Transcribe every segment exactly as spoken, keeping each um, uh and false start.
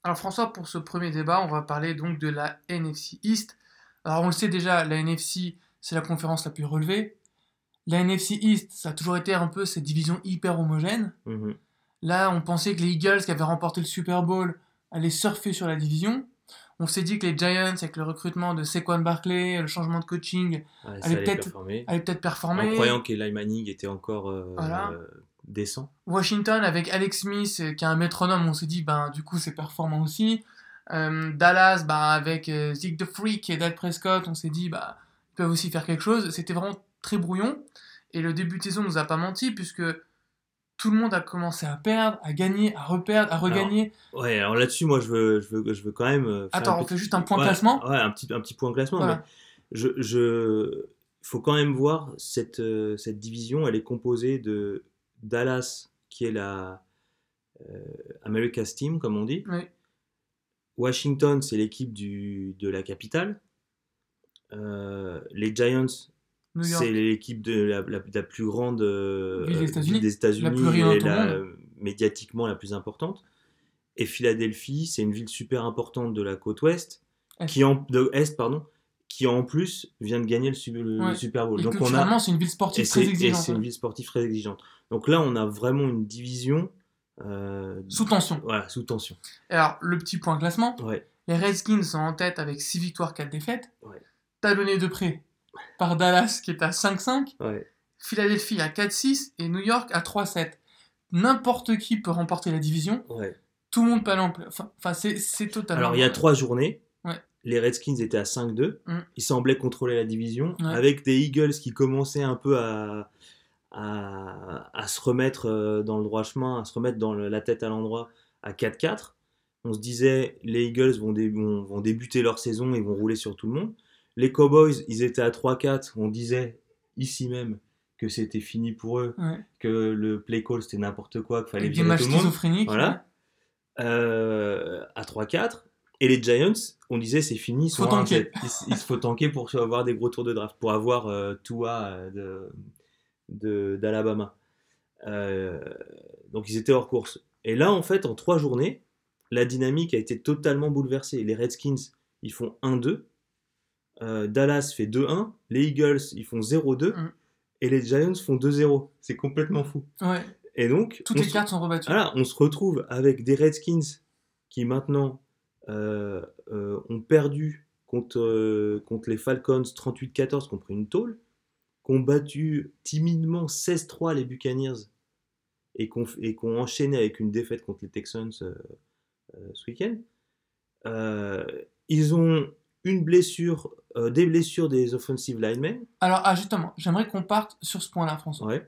Alors François, pour ce premier débat, on va parler donc de la N F C East. Alors on le sait déjà, la N F C, c'est la conférence la plus relevée. La N F C East, ça a toujours été un peu cette division hyper homogène. Mhm. Là, on pensait que les Eagles, qui avaient remporté le Super Bowl, allaient surfer sur la division. On s'est dit que les Giants, avec le recrutement de Saquon Barkley, le changement de coaching, Ouais, ça allaient allait peut-être performer. allaient peut-être En performer. croyant qu'Eli Manning était encore Voilà. euh, décent. Washington, avec Alex Smith, euh, qui est un métronome, on s'est dit, ben, du coup, c'est performant aussi. Euh, Dallas, bah, avec euh, Zeke the Freak et Dak Prescott, on s'est dit, bah, ils peuvent aussi faire quelque chose. C'était vraiment très brouillon. Et le début de saison nous a pas menti, puisque tout le monde a commencé à perdre, à gagner, à reperdre, à Alors, regagner. ouais, alors là-dessus, moi, je veux, je veux, je veux quand même euh, faire une Attends, on fait petite. juste un point Ouais, classement. ouais, un petit, un petit point de classement, mais Voilà. je, je, faut quand même voir cette, euh, cette division. Elle est composée de Dallas, qui est la euh, America's Team, comme on dit. Oui. Washington, c'est l'équipe du, de la capitale. Euh, les Giants, New c'est York, l'équipe de la, la, la plus grande ville des euh, ville États-Unis, des la plus États-Unis et rayonnante au la, monde. médiatiquement la plus importante. Et Philadelphie, c'est une ville super importante de la côte ouest, qui Est. en, de Est, pardon, qui en plus vient de gagner le, su- le Ouais. Super Bowl. Et Donc on a, culturellement, c'est une ville et sportive très c'est, et exigeante. c'est une Ouais. ville sportive très exigeante. Donc là, on a vraiment une division euh, Sous tension. voilà, sous tension. Alors, le petit point classement. Ouais, Les Redskins sont en tête avec six victoires, quatre défaites. ouais, Talonné de près par Dallas qui est à cinq cinq. ouais. Philadelphie à quatre six et New York à trois sept. N'importe qui peut remporter la division. ouais. Tout le monde peut aller en play. Enfin, enfin c'est, c'est Alors il y totalement. a euh, trois journées, Ouais. les Redskins étaient à cinq deux. Mm. Ils semblaient contrôler la division, Ouais. avec des Eagles qui commençaient un peu à, à, à se remettre euh, dans le droit chemin, à se remettre dans le- la tête à l'endroit à quatre quatre. On se disait, les Eagles vont, dé- vont, vont débuter leur saison et vont rouler sur tout le monde. Les Cowboys, ils étaient à trois quatre. On disait, ici même, que c'était fini pour eux, Ouais. que le play call c'était n'importe quoi, qu'il fallait Avec des virer matchs tout le monde. schizophréniques. Ouais. Voilà. Euh, à trois quatre. Et les Giants, on disait c'est fini, ils sont Faut à un tanker. sept. Il, il faut tanker pour avoir des gros tours de draft, pour avoir euh, Tua euh, de, de- d'Alabama. Euh, donc ils étaient hors course. Et là, en fait, en trois journées, la dynamique a été totalement bouleversée. Les Redskins, ils font un deux. Euh, Dallas fait deux un. Les Eagles, ils font zéro deux. Mm. Et les Giants font deux zéro. C'est complètement fou. Ouais. Et donc, Toutes on les se, cartes sont rebattues. voilà, on se retrouve avec des Redskins qui maintenant euh, euh, ont perdu contre, euh, contre les Falcons trente-huit quatorze, qui ont pris une tôle, qui ont battu timidement seize trois les Buccaneers et qui ont, et qui ont enchaîné avec une défaite contre les Texans euh, euh, ce week-end. Euh, ils ont une blessure, euh, des blessures des offensive linemen. Alors, ah, justement, j'aimerais qu'on parte sur ce point-là, François. Ouais,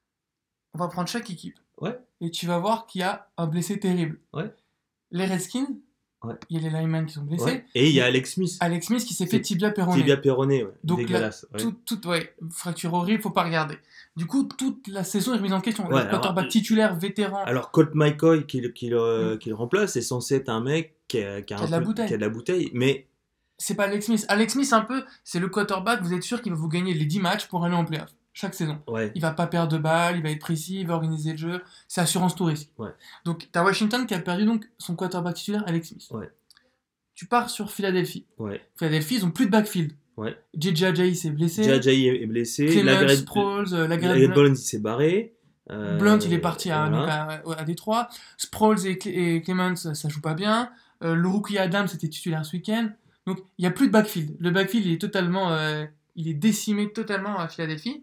On va prendre chaque équipe. ouais, Et tu vas voir qu'il y a un blessé terrible. ouais, Les Redskins, ouais. il y a les linemen qui sont blessés. ouais. Et il y a Mais Alex Smith. Alex Smith qui s'est C'est fait tibia péroné. Tibia péroné, ouais. Donc là, Dégueulasse. Ouais. tout, tout, ouais, fracture horrible, faut pas regarder. Du coup, toute la saison est remise en question. Ouais, Leur alors, quarterback titulaire, vétéran, Alors, Colt McCoy, qui, le- qui, le, Mm. qui le remplace, c'est censé être un mec qui a, qui a qui a un de la peu bouteille. qui a de la bouteille, mais C'est pas Alex Smith. Alex Smith, un peu, c'est le quarterback, vous êtes sûr qu'il va vous gagner les dix matchs pour aller en playoff, chaque saison. ouais, Il va pas perdre de balles, il va être précis, il va organiser le jeu. C'est assurance tout risque. ouais, Donc, t'as Washington qui a perdu donc son quarterback titulaire, Alex Smith. ouais, Tu pars sur Philadelphie. ouais, Philadelphie, ils ont plus de backfield. ouais. J J Ajayi s'est blessé. Jajai est est blessé, Clemens, Lagarde Sproles, euh, Lagarde Lagarde Blunt, Bowles, il s'est barré. Euh, Blunt, il est parti à, donc voilà. à, à Détroit. Sproles et, Cle- et Clemens, ça, ça joue pas bien. Euh, le rookie Adams était titulaire ce week-end. Donc, il n'y a plus de backfield. Le backfield, il est totalement... euh, il est décimé totalement à Philadelphie.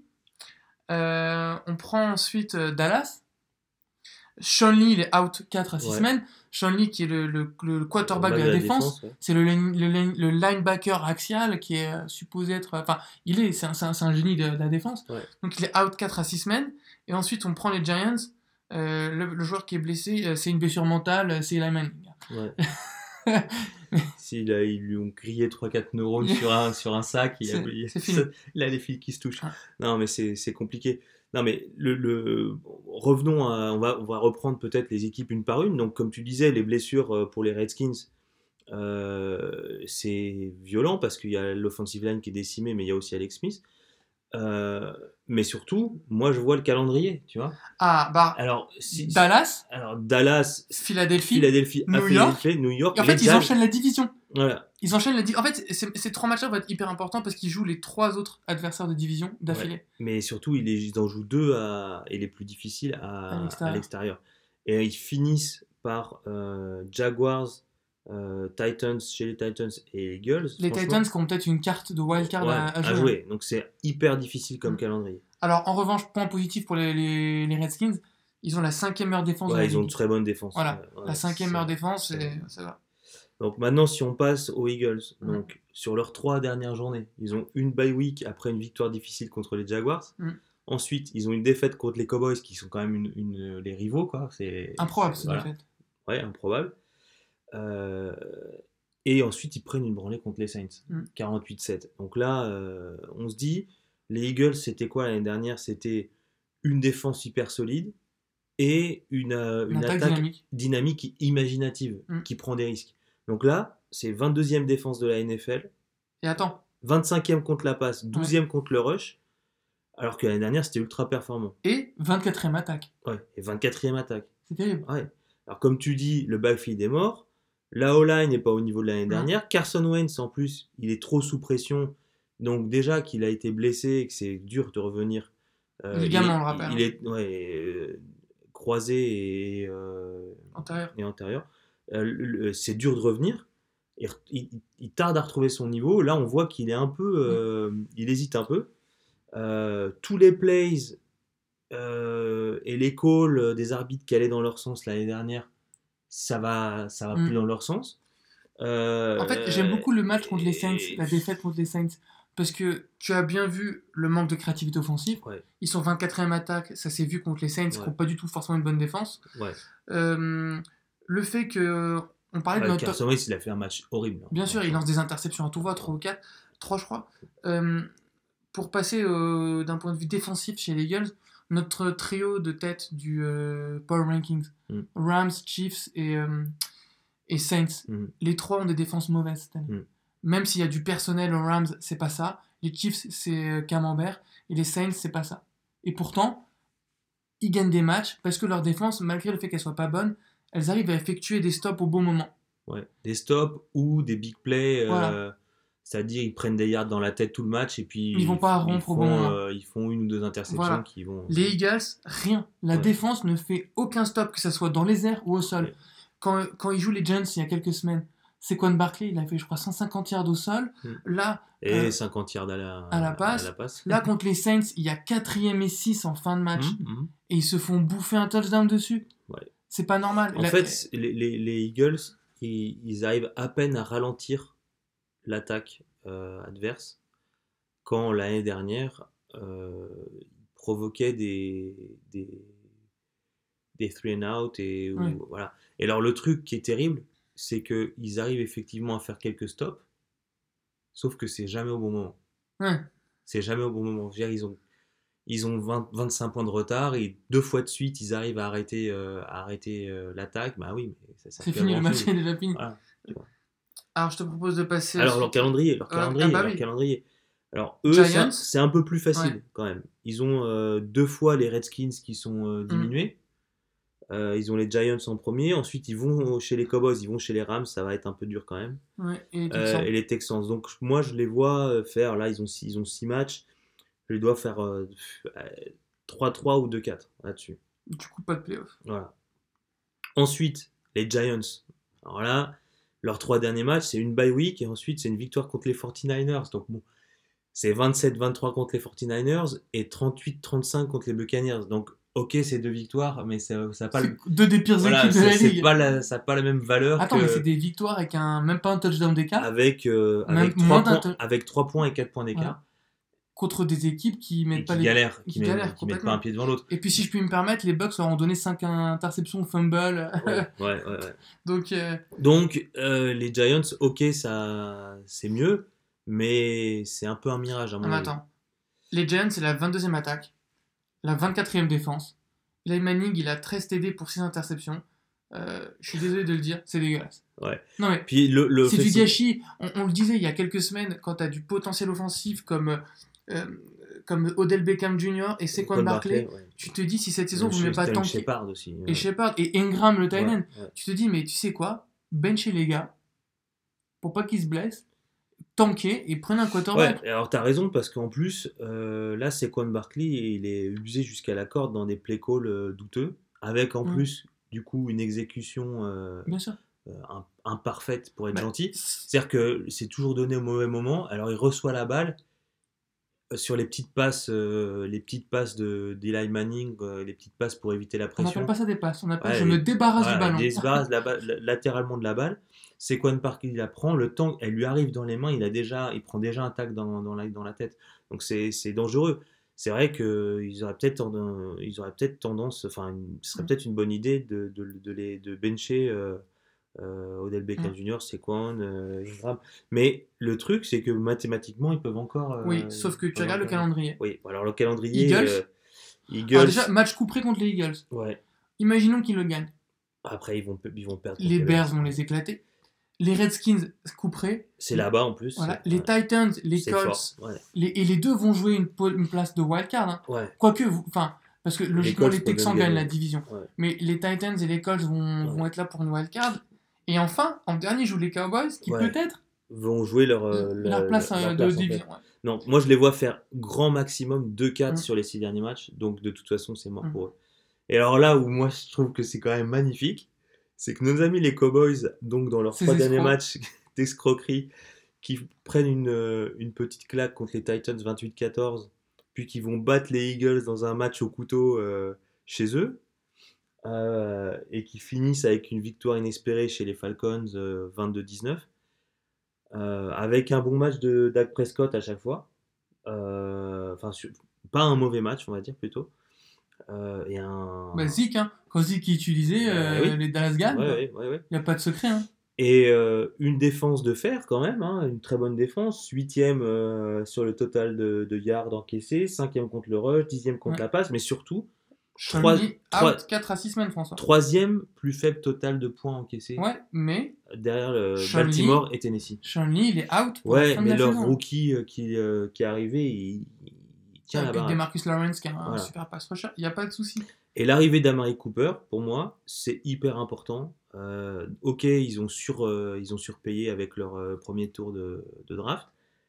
Euh, on prend ensuite euh, Dallas. Sean Lee, il est out quatre à six Ouais. semaines. Sean Lee, qui est le, le, le quarterback Back de la, défense, ouais. c'est le, line- le, line- le linebacker axial qui est euh, supposé être... Enfin, il est, c'est un, c'est un, c'est un génie de, de la défense. Ouais. Donc, il est out quatre à six semaines. Et ensuite, on prend les Giants. Euh, le, le joueur qui est blessé, euh, c'est une blessure mentale, euh, c'est Eli Manning. Ouais. S'il a, ils lui ont grillé trois quatre neurones sur un, sur un sac, il a, C'est- il, c'est fini. ça- là les filles qui se touchent. Ouais. Non, mais c'est c'est compliqué. Non, mais le, le- revenons à. On va, on va reprendre peut-être les équipes une par une. Donc, comme tu disais, les blessures euh, pour les Redskins, euh, c'est violent parce qu'il y a l'offensive line qui est décimée, mais il y a aussi Alex Smith. Euh, mais surtout, moi, je vois le calendrier, tu vois. Ah, bah, Alors, si, si- Dallas, alors Dallas, Philadelphie, Philadelphie a New fait York. l'effet, New York, Et en les fait, ils Jazz. enchaînent la division. Voilà. Ils enchaînent la division. En fait, c'est- ces trois matchs-là vont être hyper importants parce qu'ils jouent les trois autres adversaires de division d'affilée. Ouais. Mais surtout, ils, les- ils en jouent deux à, et les plus difficiles à, À l'extérieur. à l'extérieur. Et ils finissent par euh, Jaguars, euh, Titans chez les Titans et Eagles. Les franchement. Titans qui ont peut-être une carte de wildcard Ouais, à, à jouer. hein. Donc c'est hyper difficile comme Mm. calendrier. Alors, en revanche, point positif pour les, les, les Redskins, ils ont la cinquième meilleure défense de la Ouais, ils ont ligue. une très bonne défense. Voilà, Ouais, ouais, la cinquième c'est- meilleure défense, c'est- et ça va. Donc maintenant, si on passe aux Eagles, Mm. donc sur leurs trois dernières journées, ils ont une bye week après une victoire difficile contre les Jaguars. Mm. Ensuite, ils ont une défaite contre les Cowboys, qui sont quand même une, une- les rivaux, quoi. C'est Improbable, c'est- cette voilà. défaite. Ouais, improbable. Euh, et ensuite, ils prennent une branlée contre les Saints, Mm. quarante-huit sept. Donc là, euh, on se dit, les Eagles, c'était quoi l'année dernière? C'était une défense hyper solide et une, euh, Une une attaque attaque dynamique. dynamique et imaginative Mm. qui prend des risques. Donc là, c'est vingt-deuxième défense de la N F L, Et attends, vingt-cinquième contre la passe, douzième contre le rush, alors que l'année dernière, c'était ultra performant. et vingt-quatrième attaque. Ouais, et vingt-quatrième attaque. C'est terrible. Ouais. Alors comme tu dis, le backfield est mort, la O-line n'est pas au niveau de l'année Mm. dernière, Carson Wentz en plus, il est trop sous pression, donc déjà qu'il a été blessé et que c'est dur de revenir. Euh, Ligament, il, on le rappelle, Il hein. est ouais, euh, croisé et, euh, Antérieur. et antérieur. Euh, le- le- c'est dur de revenir. Il, il- il tarde à retrouver son niveau. Là, on voit qu'il est un peu, euh, il hésite un peu. Euh, tous les plays euh, et les calls des arbitres qui allaient dans leur sens l'année dernière, ça va, ça va Mm. plus dans leur sens. Euh, En fait, j'aime beaucoup le match contre les Saints, et- la défaite contre les Saints, parce que tu as bien vu le manque de créativité offensive. Ouais, Ils sont vingt-quatrième attaque, ça s'est vu contre les Saints, qui Ouais. n'ont pas du tout forcément une bonne défense. ouais. Euh, le fait que. On parlait de Ouais, notre. Carson Wentz, il a fait un match horrible. hein. Bien sûr, il lance des interceptions à tout va, trois ou quatre, trois je crois. Euh, pour passer euh, d'un point de vue défensif chez les Eagles, notre trio de tête du euh, Power Rankings, Mm. Rams, Chiefs et, euh, et Saints, Mm. les trois ont des défenses mauvaises cette année. Mm. Même s'il y a du personnel aux Rams, c'est pas ça. Les Chiefs, c'est euh, Camembert. Et les Saints, c'est pas ça. Et pourtant, ils gagnent des matchs parce que leur défense, malgré le fait qu'elle soit pas bonne, elles arrivent à effectuer des stops au bon moment. Ouais. Des stops ou des big plays. euh, Voilà. C'est-à-dire, ils prennent des yards dans la tête tout le match et puis Ils vont pas ils rompre au font, bon moment. euh, ils font une ou deux interceptions Voilà. qui vont. Les Eagles, rien. La Ouais. défense ne fait aucun stop, que ce soit dans les airs ou au sol. Ouais. Quand, quand ils jouent les Giants il y a quelques semaines, Saquon Barkley, il a fait, je crois, cent cinquante yards au sol. Mm. Là, Et euh, cinquante yards à la, à la passe. à la passe. là, contre les Saints, il y a quatrième et six en fin de match. Mm, mm. Et ils se font bouffer un touchdown dessus. Ouais. C'est pas normal. En La- fait, les, les- les Eagles, ils, ils arrivent à peine à ralentir l'attaque euh, adverse quand l'année dernière, euh, ils provoquaient des, des, des three and out. Et, ou- Oui. voilà. Et alors, le truc qui est terrible, c'est qu'ils arrivent effectivement à faire quelques stops, sauf que c'est jamais au bon moment. Ouais. C'est jamais au bon moment. Je veux dire, ils ont, ils ont vingt, vingt-cinq points de retard et deux fois de suite, ils arrivent à arrêter, euh, à arrêter euh, l'attaque. Bah oui, mais ça, ça C'est fait fini, le match grand-chose. est déjà fini. Voilà. Alors, je te propose de passer. Alors, à- leur calendrier, leur Alors, calendrier, ah bah leur oui. calendrier. Alors, eux, Giants. c'est un, c'est un peu plus facile Ouais. quand même. Ils ont euh, deux fois les Redskins qui sont Mm. euh, diminués. Euh, ils ont les Giants en premier. Ensuite, ils vont chez les Cowboys, ils vont chez les Rams. Ça va être un peu dur quand même. Ouais, et les Euh, Texans. et les Texans. Donc, moi, je les vois euh, faire. Là, ils ont six, ils ont six matchs. Je les dois faire euh, euh, trois trois ou deux quatre là-dessus. Du coup, pas de playoff. Voilà. Ensuite, les Giants. Alors là, leurs trois derniers matchs, c'est une bye week et ensuite, c'est une victoire contre les forty-niners. Donc bon, c'est vingt-sept vingt-trois contre les forty-niners et trente-huit trente-cinq contre les Buccaneers. Donc, ok, c'est deux victoires, mais ça n'a pas, le... C'est deux des pires voilà, équipes de c'est- la c'est ligue. pas la, ça n'a pas la même valeur Attends, que mais c'est des victoires avec un, même pas un touchdown d'écart avec, euh, Même avec, moins trois d'un points, tou- avec trois points et quatre points d'écart. Voilà. contre des équipes qui mettent Et pas qui les galèrent, qui qui, mettent, galèrent qui mettent complètement. pas un pied devant l'autre. Et puis si je puis me permettre, les Bucks leur ont donné cinq interceptions fumble. Ouais, ouais, ouais, ouais. Donc euh, Donc, euh, les Giants, ok, ça, c'est mieux, mais c'est un peu un mirage à mon non, mais avis. attends. Les Giants, c'est la vingt-deuxième attaque, la vingt-quatrième défense. Eli Manning, il a treize T D pour six interceptions. Euh, je suis désolé de le dire, c'est dégueulasse. Ouais. Non mais Puis le, le c'est du festi- gâchis. On, on le disait il y a quelques semaines, quand tu as du potentiel offensif comme, euh, comme Odell Beckham Junior et Saquon Barkley, ouais. tu te dis si cette saison Même vous ne mettez pas Sterling tanker. Shepard aussi. Et Shepard et Ingram le tight end. Ouais, ouais. Tu te dis, mais tu sais quoi, benchez les gars pour pas qu'ils se blessent, tanker et prenez un quarterback. Ouais, alors t'as raison parce qu'en plus, euh, là, Saquon Barkley, il est usé jusqu'à la corde dans des play calls euh, douteux, avec en Mm. plus, du coup, une exécution euh, Bien sûr. euh, im- imparfaite pour être Bah, gentil. c'est- C'est-à-dire que c'est toujours donné au mauvais moment. Alors il reçoit la balle euh, sur les petites passes, euh, les petites passes de d'Eli Manning, euh, les petites passes pour éviter la on n'appelle pression. pas ça des passes, on appelle Ouais, je les- me débarrasse voilà, du ballon. il se débarrasse de la balle- la- latéralement de la balle. Saquon Barkley il la prend, le temps, elle lui arrive dans les mains, il a déjà, il prend déjà un tac dans, dans la, dans la tête. Donc c'est c'est dangereux. C'est vrai qu'ils auraient peut-être tendance, ils auraient peut-être tendance, enfin, une- ce serait Mm. peut-être une bonne idée de, de, de les de bencher euh, euh, Odell Beckham Mm. Junior, Saquon, euh, Ingram. Mais le truc, c'est que mathématiquement, ils peuvent encore. euh, Oui, sauf que ils tu peuvent regardes le encore- calendrier. Oui, alors le calendrier. Eagles. euh, Eagles. Alors déjà, match couperé contre les Eagles. Ouais. Imaginons qu'ils le gagnent. Après, ils vont, ils vont perdre. Les contre Bears vont les éclater. Les Redskins couperés. C'est là-bas en plus. Voilà. c'est- Les ouais, Titans, les c'est Colts. fort, ouais. Les, et les deux vont jouer une, po- une place de wildcard. Hein. Ouais. Quoique, vous- enfin, parce que logiquement, Colts les, peuvent Texans même gagnent gagner. la division. Ouais. Mais les Titans et les Colts vont, Ouais. vont être là pour une wildcard. Et enfin, en dernier, jouent les Cowboys, qui Ouais. peut-être Vont jouer leur, euh, leur leur- place leur euh, de place, en fait. division. Ouais. Non, moi je les vois faire grand maximum deux quatre Mm. sur les six derniers matchs, donc de toute façon c'est mort Mm. pour eux. Et alors là où moi je trouve que c'est quand même magnifique, c'est que nos amis les Cowboys, donc dans leurs Ces trois derniers escrocs. matchs d'escroquerie, qui prennent une, euh, une petite claque contre les Titans vingt-huit quatorze, puis qui vont battre les Eagles dans un match au couteau euh, chez eux, euh, et qui finissent avec une victoire inespérée chez les Falcons euh, vingt-deux dix-neuf, euh, avec un bon match de Dak Prescott à chaque fois. Euh, Enfin, sur- pas un mauvais match, on va dire plutôt. Euh, et un. Bah, Zeke, hein. Quand Zeke est utilisé, Bah, euh, oui. les Dallas gagnent. Ouais, quoi. ouais, ouais, ouais. Il n'y a pas de secret. Hein. Et euh, une défense de fer quand même, hein, une très bonne défense. Huitième euh, sur le total de, de yards encaissés, cinquième contre le rush, dixième contre Ouais. la passe, mais surtout trois- Sean Lee, trois- out quatre à six semaines, François. troisième plus faible total de points encaissés Ouais, mais derrière le Sean Baltimore et Tennessee. Sean Lee, il est out pour la Ouais, fin de mais la leur saison. rookie euh, qui, euh, qui est arrivé, il, il tient la Avec baraque. Demarcus Lawrence qui a un Voilà. super pass rusher, il n'y a pas de souci. Et l'arrivée d'Amari Cooper, pour moi, c'est hyper important. Euh, ok, ils ont, sur, euh, ils ont surpayé avec leur euh, premier tour de, de draft,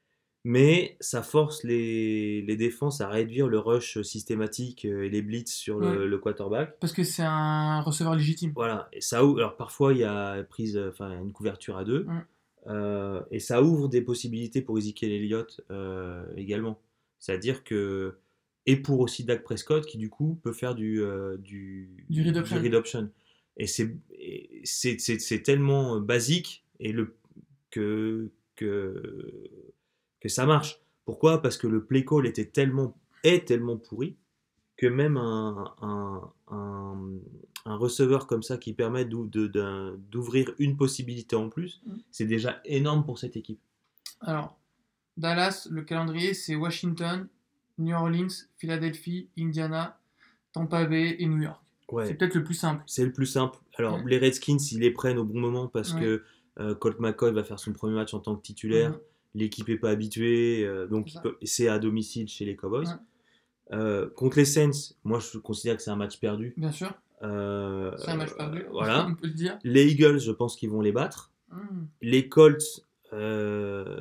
mais ça force les, les défenses à réduire le rush systématique euh, et les blitz sur le, Ouais. le quarterback. Parce que c'est un receveur légitime. Voilà, et ça ouvre- alors parfois il y a prise, enfin une couverture à deux, Mm. euh, et ça ouvre des possibilités pour Ezekiel Elliott euh, également. C'est-à-dire que et pour aussi Dak Prescott qui du coup peut faire du euh, du, Du read option. read option. Et c'est et c'est c'est c'est tellement basique et le que que que ça marche. Pourquoi? Parce que le play call était tellement est tellement pourri que même un, un, un, un receveur comme ça qui permet d'ou- de- d'un- d'ouvrir une possibilité en plus, Mm. c'est déjà énorme pour cette équipe. Alors, Dallas, le calendrier, c'est Washington, New Orleans, Philadelphie, Indiana, Tampa Bay et New York. C'est Ouais, peut-être le plus simple. c'est le plus simple. Alors, Ouais. les Redskins, ils les prennent au bon moment parce Ouais. que euh, Colt McCoy va faire son premier match en tant que titulaire. Mhm. L'équipe n'est pas habituée, euh, donc C'est il ça. peut- c'est à domicile chez les Cowboys. Ouais. Euh, contre les Saints, moi je considère que c'est un match perdu. Bien sûr, Euh, c'est un match perdu. euh, voilà. On peut le dire. Les Eagles, je pense qu'ils vont les battre. Mhm. Les Colts, euh,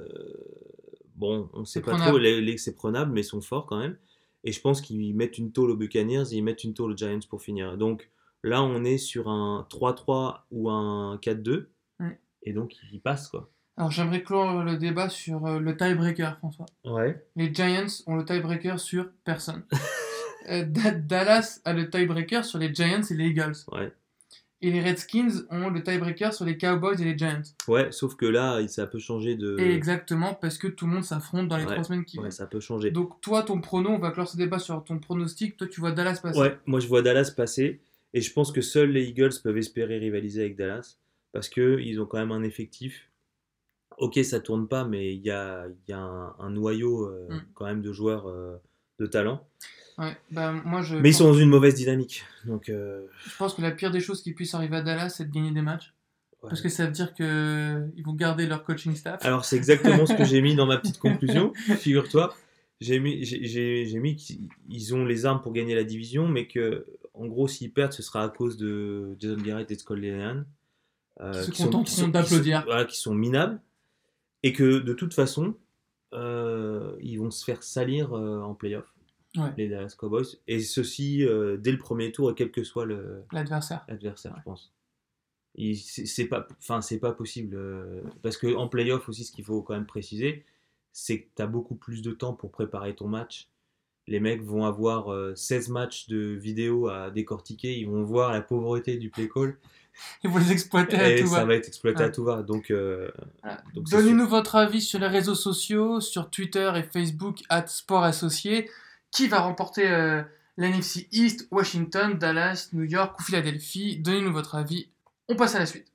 bon, on ne sait C'est pas prenable. trop, les, les- c'est prenable, mais ils sont forts quand même. Et je pense qu'ils mettent une tôle aux Buccaneers et ils mettent une tôle aux Giants pour finir. Donc là, on est sur un trois trois ou un quatre deux. Ouais. Et donc, ils passent, quoi. Alors, j'aimerais clore le débat sur euh, le tiebreaker, François. Ouais. Les Giants ont le tiebreaker sur personne. Euh, Da- Dallas a le tiebreaker sur les Giants et les Eagles. Ouais. Et les Redskins ont le tiebreaker sur les Cowboys et les Giants. Ouais, sauf que là, il- ça peut changer de. Et exactement, parce que tout le monde s'affronte dans les Ouais. trois semaines qui Ouais, viennent. ça peut changer. Donc, toi, ton prono, on va clore ce débat sur ton pronostic. Toi, tu vois Dallas passer. Ouais, moi je vois Dallas passer et je pense que seuls les Eagles peuvent espérer rivaliser avec Dallas parce qu'ils ont quand même un effectif. Ok, ça tourne pas, mais il y a, il y a un, un noyau euh, Mm. quand même de joueurs euh, de talent. Ouais, bah, moi, je, Mais ils pense, sont dans une mauvaise dynamique. Donc, euh, je pense que la pire des choses qui puisse arriver à Dallas, c'est de gagner des matchs. ouais. Parce que ça veut dire qu'ils vont garder leur coaching staff. Alors c'est exactement ce que j'ai mis dans ma petite conclusion, figure-toi. j'ai mis, j'ai, j'ai- j'ai mis qu'ils ont les armes pour gagner la division, mais que, en gros, s'ils perdent, ce sera à cause de Jason Garrett et Scott Linehan, Qui euh, se qui sont, qui contenteront sont, qui sont, d'applaudir. voilà, qui sont minables, et que de toute façon, euh, ils vont se faire salir euh, en playoff, Ouais, les Dallas Cowboys, et ceci euh, dès le premier tour, et quel que soit le, l'adversaire. l'adversaire, Ouais. je pense. Il- C'est c'est pas, enfin, c'est pas possible. euh, parce que en playoff aussi, ce qu'il faut quand même préciser, c'est que tu as beaucoup plus de temps pour préparer ton match. Les mecs vont avoir euh, seize matchs de vidéo à décortiquer, ils vont voir la pauvreté du play call Et vous les exploitez à et tout ça va. va être exploité à Ouais. tout va. Donc, euh, Voilà. donc c'est sûr. Donnez-nous votre avis sur les réseaux sociaux, sur Twitter et Facebook, at Sport Associé. Qui va remporter euh, l'N F C East, Washington, Dallas, New York ou Philadelphie? Donnez-nous votre avis. On passe à la suite.